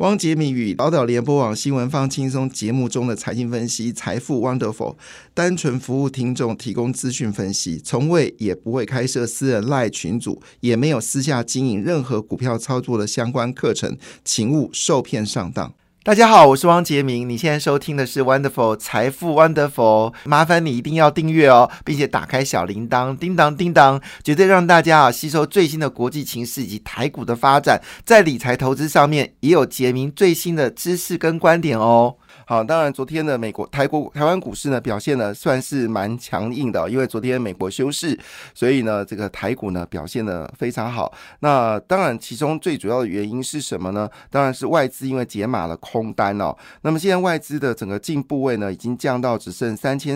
汪杰明与宝岛联播网新闻放轻松节目中的财经分析，财富 Wonderful， 单纯服务听众，提供资讯分析，从未也不会开设私人 LINE 群组，也没有私下经营任何股票操作的相关课程，请勿受骗上当。大家好，我是汪杰明，你现在收听的是 Wonderful 财富 Wonderful， 麻烦你一定要订阅哦，并且打开小铃铛，叮当叮当，绝对让大家吸收最新的国际情势以及台股的发展，在理财投资上面也有杰明最新的知识跟观点哦。好，当然昨天的台湾股市呢表现呢算是蛮强硬的，因为昨天美国休市，所以呢这个台股呢表现得非常好。那当然其中最主要的原因是什么呢？当然是外资因为解码了空单哦。那么现在外资的整个净部位呢已经降到只剩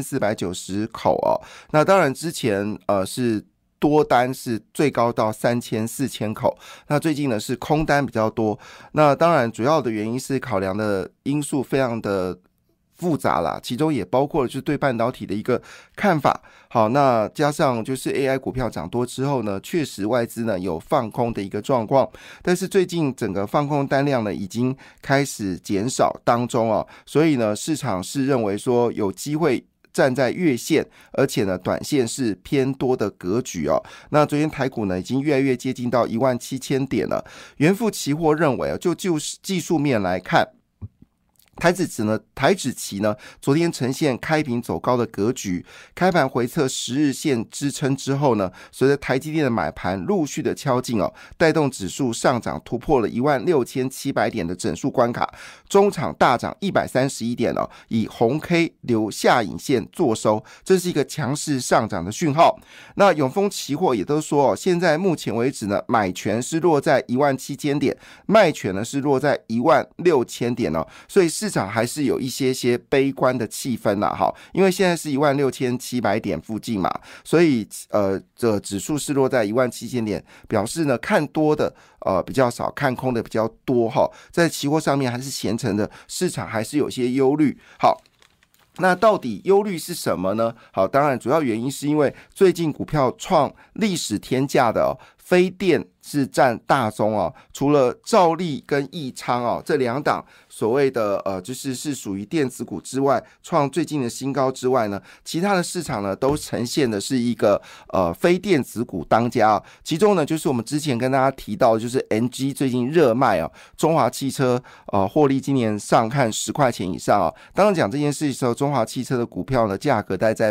3490口哦。那当然之前是多单是最高到3400口，那最近呢是空单比较多。那当然主要的原因是考量的因素非常的复杂啦，其中也包括了就是对半导体的一个看法。好，那加上就是 AI 股票涨多之后呢，确实外资呢有放空的一个状况，但是最近整个放空单量呢已经开始减少当中哦，所以呢市场是认为说有机会站在月线，而且呢短线是偏多的格局哦。那昨天台股呢已经越来越接近到17000点了。元富期货认为就技术面来看，台指期呢昨天呈现开平走高的格局，开盘回测10日线支撑之后呢，随着台积电的买盘陆续的敲进哦，带动指数上涨突破了16700点的整数关卡，中场大涨131点哦，以红 K 留下影线做收，这是一个强势上涨的讯号。那永丰期货也都说哦，现在目前为止呢，买权是落在17000点，卖权呢是落在16000点哦，所以市场还是有一些悲观的气氛啦，因为现在是16700点附近嘛，所以这指数是落在17000点，表示呢看多的比较少，看空的比较多在期货上面还是形成的，市场还是有些忧虑。好，那到底忧虑是什么呢？好，当然主要原因是因为最近股票创历史天价的非电是占大宗哦，除了兆利跟益昌哦这两档所谓的就是属于电子股之外，创最近的新高之外呢，其他的市场呢都呈现的是一个非电子股当家哦。其中呢就是我们之前跟大家提到的就是 NG 最近热卖哦，中华汽车获利今年上看10块钱以上哦。当然讲这件事的时候，中华汽车的股票呢价格大概在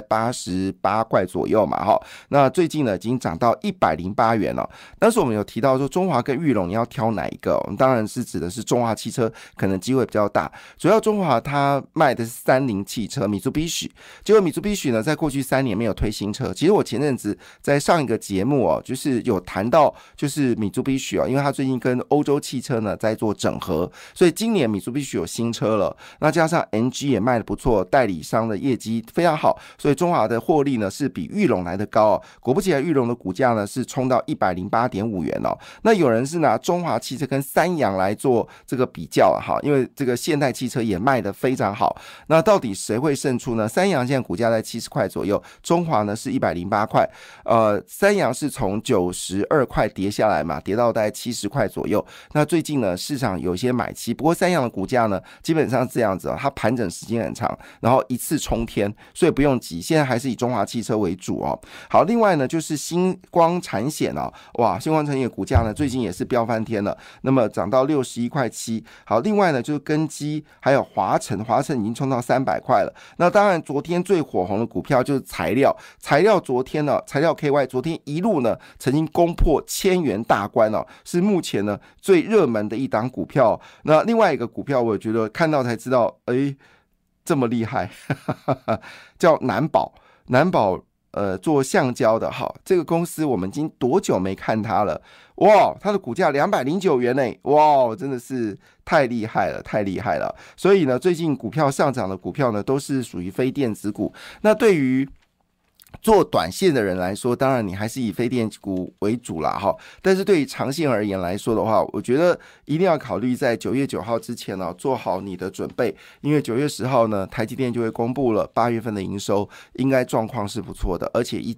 88块左右嘛那最近呢已经涨到108元了。但是我们有提到说中华跟裕隆你要挑哪一个？我们当然是指的是中华汽车可能机会比较大，主要中华它卖的是30汽车 Mitsubishi， 结果 Mitsubishi 呢在过去3年没有推新车。其实我前阵子在上一个节目就是有谈到就是 Mitsubishi 因为它最近跟欧洲汽车呢在做整合，所以今年 Mitsubishi 有新车了，那加上 NG 也卖得不错，代理商的业绩非常好，所以中华的获利呢是比裕隆来得高果不其然，裕隆的股价呢是冲到108.5元那有人是拿中华汽车跟三阳来做这个比较因为这个现代汽车也卖得非常好，那到底谁会胜出呢？三阳现在股价在70块左右，中华呢是108块，三阳是从92块跌下来嘛，跌到大概70块左右。那最近呢市场有些买气，不过三阳的股价呢基本上是这样子它盘整时间很长，然后一次冲天，所以不用急，现在还是以中华汽车为主好，另外呢就是星光产险哇，星光产险的股价呢最近也是飙翻天了，那么涨到61块7。好，另外呢就是根基还有华晨已经冲到300块了。那当然昨天最火红的股票就是材料昨天呢材料 KY 昨天一路呢曾经攻破1000元大关是目前呢最热门的一档股票。那另外一个股票我觉得看到才知道这么厉害叫南宝做橡胶的这个公司我们已经多久没看它了？哇，它的股价209元呢，哇，真的是太厉害了。所以呢，最近股票上涨的股票呢，都是属于非电子股。那对于做短线的人来说，当然你还是以非电股为主啦但是对于长线而言来说的话，我觉得一定要考虑在9月9号之前做好你的准备，因为9月10号呢台积电就会公布了8月份的营收，应该状况是不错的，而且一季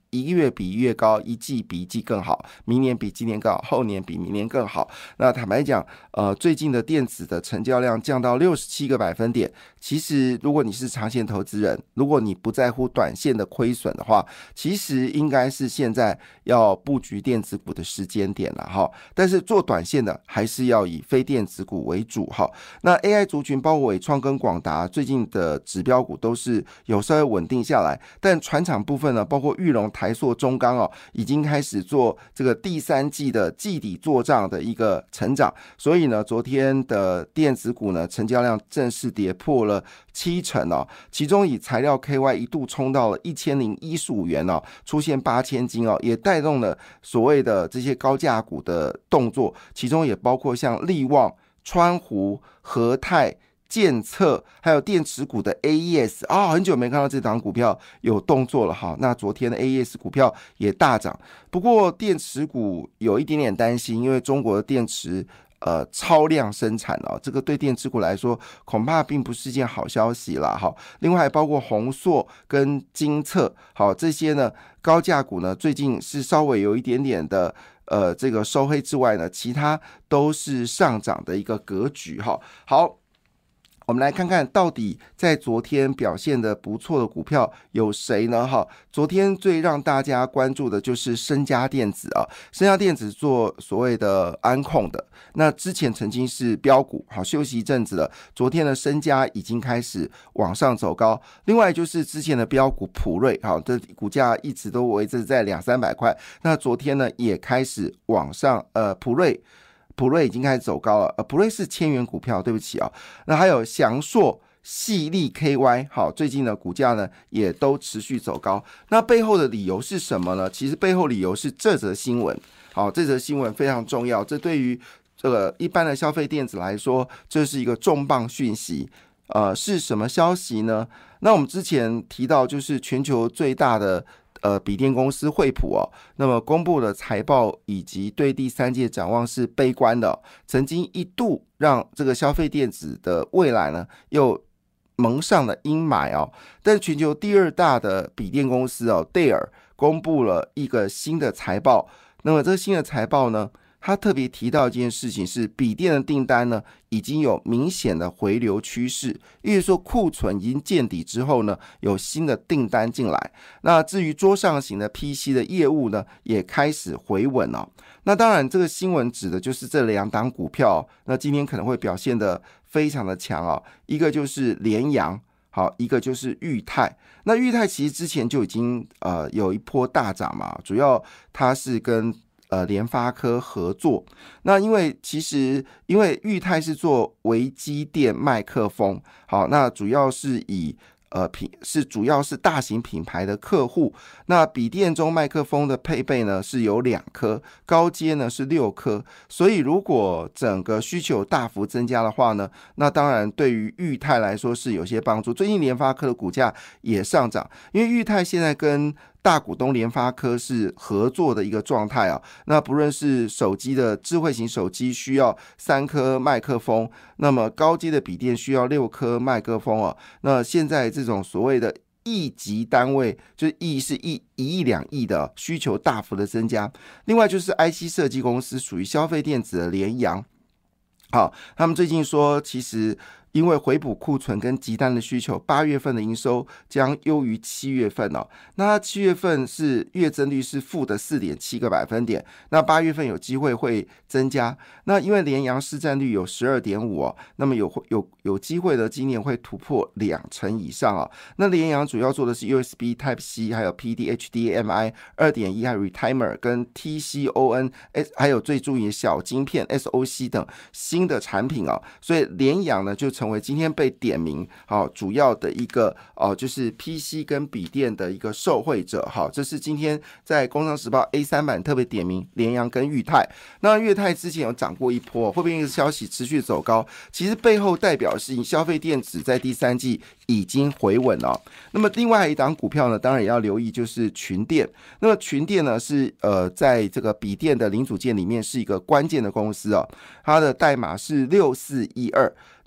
一月比一月高，一季比一季更好，明年比今年更好，后年比明年更好。那坦白讲，最近的电子的成交量降到67个百分点。其实，如果你是长线投资人，如果你不在乎短线的亏损的话，其实应该是现在要布局电子股的时间点了哈。但是做短线的还是要以非电子股为主哈。那 AI 族群包括伟创跟广达最近的指标股都是有稍微稳定下来，但传产部分呢，包括裕隆、台塑、中钢已经开始做这个第三季的季底作账的一个成长，所以呢，昨天的电子股呢，成交量正式跌破了70%其中以材料 KY 一度冲到了1015元出现8000斤也带动了所谓的这些高价股的动作，其中也包括像力旺、川湖、和泰、建策，还有电池股的 AES 很久没看到这档股票有动作了哈。那昨天的 AES 股票也大涨，不过电池股有一点点担心，因为中国的电池超量生产这个对电池股来说恐怕并不是一件好消息啦哈。另外还包括宏硕跟精测，好，这些呢高价股呢最近是稍微有一点点的这个收黑之外呢，其他都是上涨的一个格局哈。好，我们来看看到底在昨天表现的不错的股票有谁呢？昨天最让大家关注的就是身家电子身家电子做所谓的安控的，那之前曾经是标股，休息一阵子了，昨天的身家已经开始往上走高。另外就是之前的标股普瑞，这股价一直都维持在200-300块，那昨天呢也开始往上，普瑞已经开始走高了，普瑞是千元股票，对不起那还有祥硕、细粒 KY， 好，最近的股价呢也都持续走高。那背后的理由是什么呢？其实背后理由是这则新闻，好，这则新闻非常重要，这对于这个一般的消费电子来说，这是一个重磅讯息。是什么消息呢？那我们之前提到，就是全球最大的笔电公司惠普那么公布的财报以及对第三季展望是悲观的曾经一度让这个消费电子的未来呢又蒙上了阴霾但全球第二大的笔电公司戴尔公布了一个新的财报，那么这个新的财报呢，他特别提到一件事情是，笔电的订单呢已经有明显的回流趋势，也就是说库存已经见底之后呢，有新的订单进来。那至于桌上型的 PC 的业务呢，也开始回稳那当然，这个新闻指的就是这两档股票那今天可能会表现得非常的强一个就是联阳，好，一个就是裕泰。那裕泰其实之前就已经有一波大涨嘛，主要它是跟联发科合作。那因为裕泰是做微机电麦克风，好，那主要是以主要是大型品牌的客户。那笔电中麦克风的配备呢是有2颗，高阶呢是6颗，所以如果整个需求大幅增加的话呢，那当然对于裕泰来说是有些帮助。最近联发科的股价也上涨，因为裕泰现在跟大股东联发科是合作的一个状态那不论是手机的智慧型手机需要3颗麦克风，那么高阶的笔电需要6颗麦克风那现在这种所谓的亿级单位，就是亿是1亿2亿的需求大幅的增加。另外就是 IC 设计公司属于消费电子的联阳，好，他们最近说其实因为回补库存跟急单的需求，8月份的营收将优于7月份那7月份是月增率是负的 4.7个百分点，那8月份有机会会增加。那因为联阳市占率有 12.5那么有机会的今年会突破20%以上那联阳主要做的是 USB Type-C 还有 PD HDMI 2.1 还有 Retimer 跟 TCON 还有最注意的小晶片 SOC 等新的产品所以联阳呢就成为今天被点名主要的一个就是 PC 跟笔电的一个受惠者这是今天在工商时报 A3 版特别点名联阳跟裕泰。那裕泰之前有涨过一波，会不会一个消息持续走高？其实背后代表是消费电子在第三季已经回稳那么另外一档股票呢，当然也要留意，就是群电。那么群电呢是在这个笔电的零组件里面是一个关键的公司它的代码是6412。那它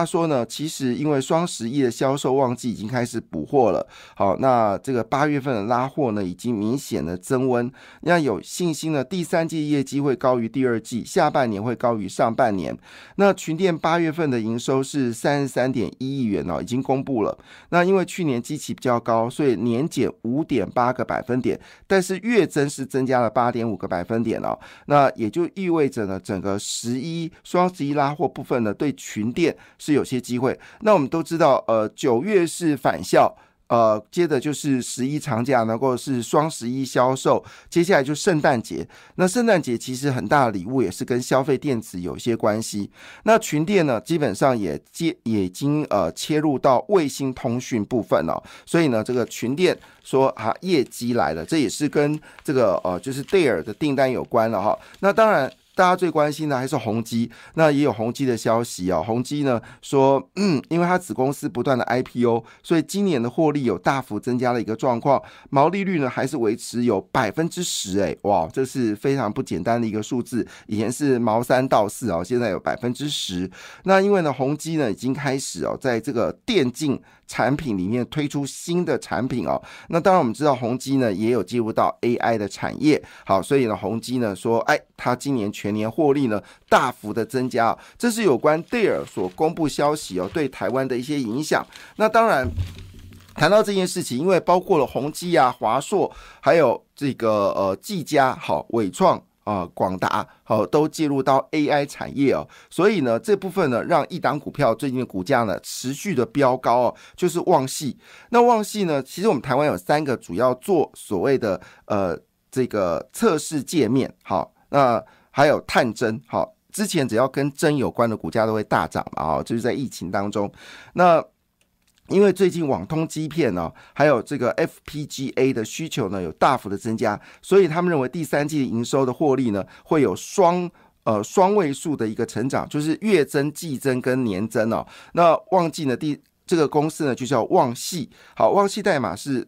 他说呢，其实因为双11的销售旺季已经开始补货了，好，那这个8月份的拉货呢已经明显的增温，那有信心呢第三季业绩会高于第二季，下半年会高于上半年。那群电8月份的营收是33.1亿元已经公布了。那因为去年基期比较高，所以年减5.8个百分点，但是月增是增加了8.5个百分点那也就意味着呢，整个双11拉货部分呢，对群电是有些机会。那我们都知道9月是返校，接着就是11长假，能够是双11销售，接下来就圣诞节。那圣诞节其实很大的礼物也是跟消费电子有些关系。那群电呢，基本上也已经切入到卫星通讯部分所以呢，这个群电说业绩来了，这也是跟这个就是戴尔的订单有关了那当然，大家最关心的还是宏基，那也有宏基的消息宏基呢说，因为它子公司不断的 IPO， 所以今年的获利有大幅增加的一个状况，毛利率呢还是维持有10%，哇，这是非常不简单的一个数字，以前是毛3到4现在有10%。那因为呢，宏基呢已经开始在这个电竞产品里面推出新的产品那当然我们知道宏基呢也有介入到 AI 的产业，好，所以呢宏基呢说，它今年全年获利呢大幅的增加这是有关戴尔所公布消息对台湾的一些影响。那当然谈到这件事情，因为包括了宏基华硕，还有这个技嘉、伟创广达都介入到 AI 产业所以呢这部分呢让一档股票最近的股价呢持续的飙高就是旺矽。那旺矽呢，其实我们台湾有3个主要做所谓的这个测试界面，那还有探针，之前只要跟针有关的股价都会大涨就是在疫情当中。那因为最近网通晶片还有这个 FPGA 的需求呢有大幅的增加，所以他们认为第三季的营收的获利呢会有双位数的一个成长，就是月增、季增跟年增那旺季呢这个公司呢就叫旺矽，好，旺矽代码是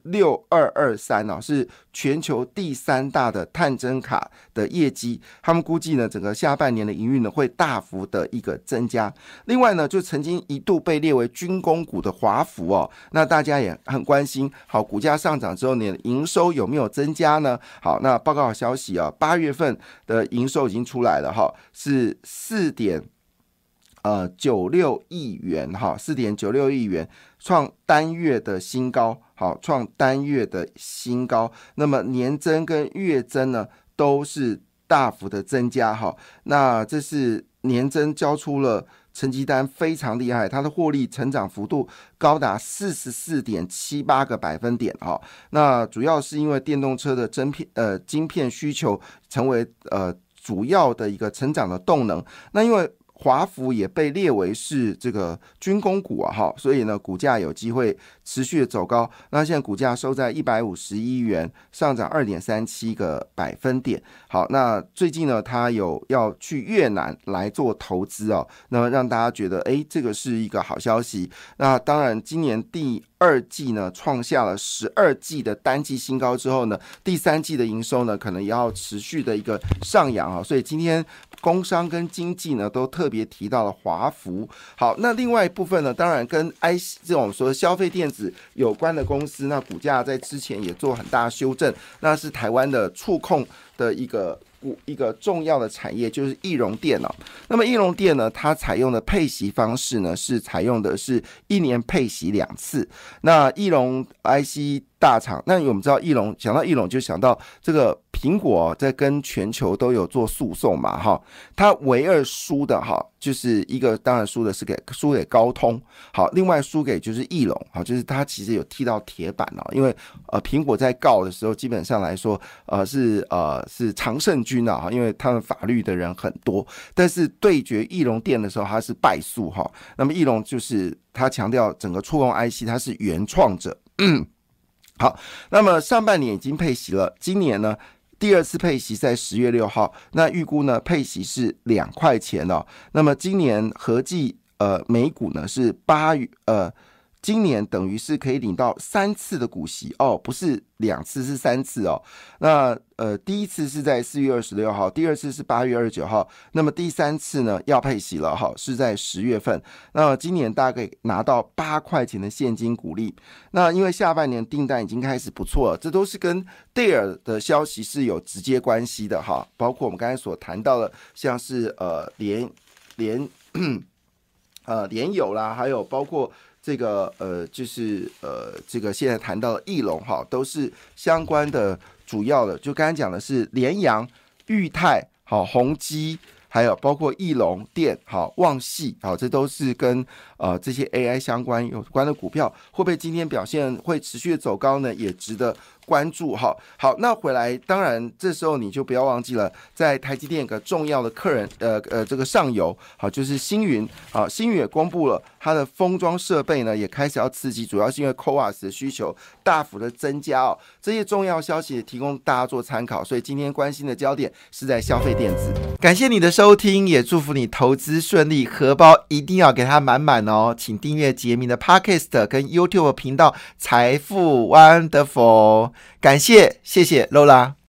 6223是全球第3大的探针卡的业绩，他们估计呢整个下半年的营运呢会大幅的一个增加。另外呢，就曾经一度被列为军工股的华孚那大家也很关心，好，股价上涨之后呢，营收有没有增加呢？好，那报告好消息8月份的营收已经出来了是4.96亿元4.96亿元，创单月的新高，创单月的新高。那么年增跟月增呢都是大幅的增加那这是年增交出了成绩单，非常厉害，它的获利成长幅度高达44.78个百分点那主要是因为电动车的晶片需求成为主要的一个成长的动能。那因为华孚也被列为是这个军工股所以呢股价有机会持续的走高。那现在股价收在151元，上涨2.37个百分点。好，那最近呢他有要去越南来做投资那么让大家觉得这个是一个好消息。那当然今年第2季呢创下了12季的单季新高之后呢，第3季的营收呢可能也要持续的一个上扬所以今天工商跟经济呢都特别提到了华孚。好，那另外一部分呢，当然跟 IC 这种说消费电子有关的公司，那股价在之前也做很大修正，那是台湾的触控的一个重要的产业，就是义隆电那么义隆电呢，它采用的配息方式呢是采用的是1年配息2次。那义隆 IC 大厂，那我们知道想到义隆就想到这个苹果在跟全球都有做诉讼嘛它唯二输的就是一个当然输给高通，好，另外输给就是义隆就是它其实有踢到铁板因为苹果在告的时候基本上来说是常胜军因为他们法律的人很多，但是对决义隆电的时候它是败诉那么义隆就是他强调整个触控 IC 它是原创者好，那么上半年已经配息了，今年呢第2次配息在10月6号，那预估呢配息是2块钱那么今年合计每股呢是今年等于是可以领到3次的股息哦，不是2次是3次哦。那第一次是在4月26号，第二次是8月29号，那么第3次呢要配息了哈，是在10月份。那今年大概拿到8块钱的现金股利。那因为下半年订单已经开始不错了，这都是跟戴尔的消息是有直接关系的哈，包括我们刚才所谈到的，像是联友啦，还有包括这个这个现在谈到的翼龙哈，都是相关的主要的。就刚才讲的是联阳、裕泰、好宏基，还有包括翼龙电、好旺系，好这都是跟这些 AI 相关有关的股票，会不会今天表现会持续的走高呢？也值得关注哈。好，那回来，当然这时候你就不要忘记了，在台积电有个重要的客人，这个上游，好就是星云，好星云也公布了它的封装设备呢也开始要刺激，主要是因为 CoWoS 的需求大幅的增加哦。这些重要消息也提供大家做参考，所以今天关心的焦点是在消费电子。感谢你的收听，也祝福你投资顺利，荷包一定要给它满满哦。请订阅杰明的 Podcast 跟 YouTube 频道财富 Wonderful。感谢，谢谢 Lola。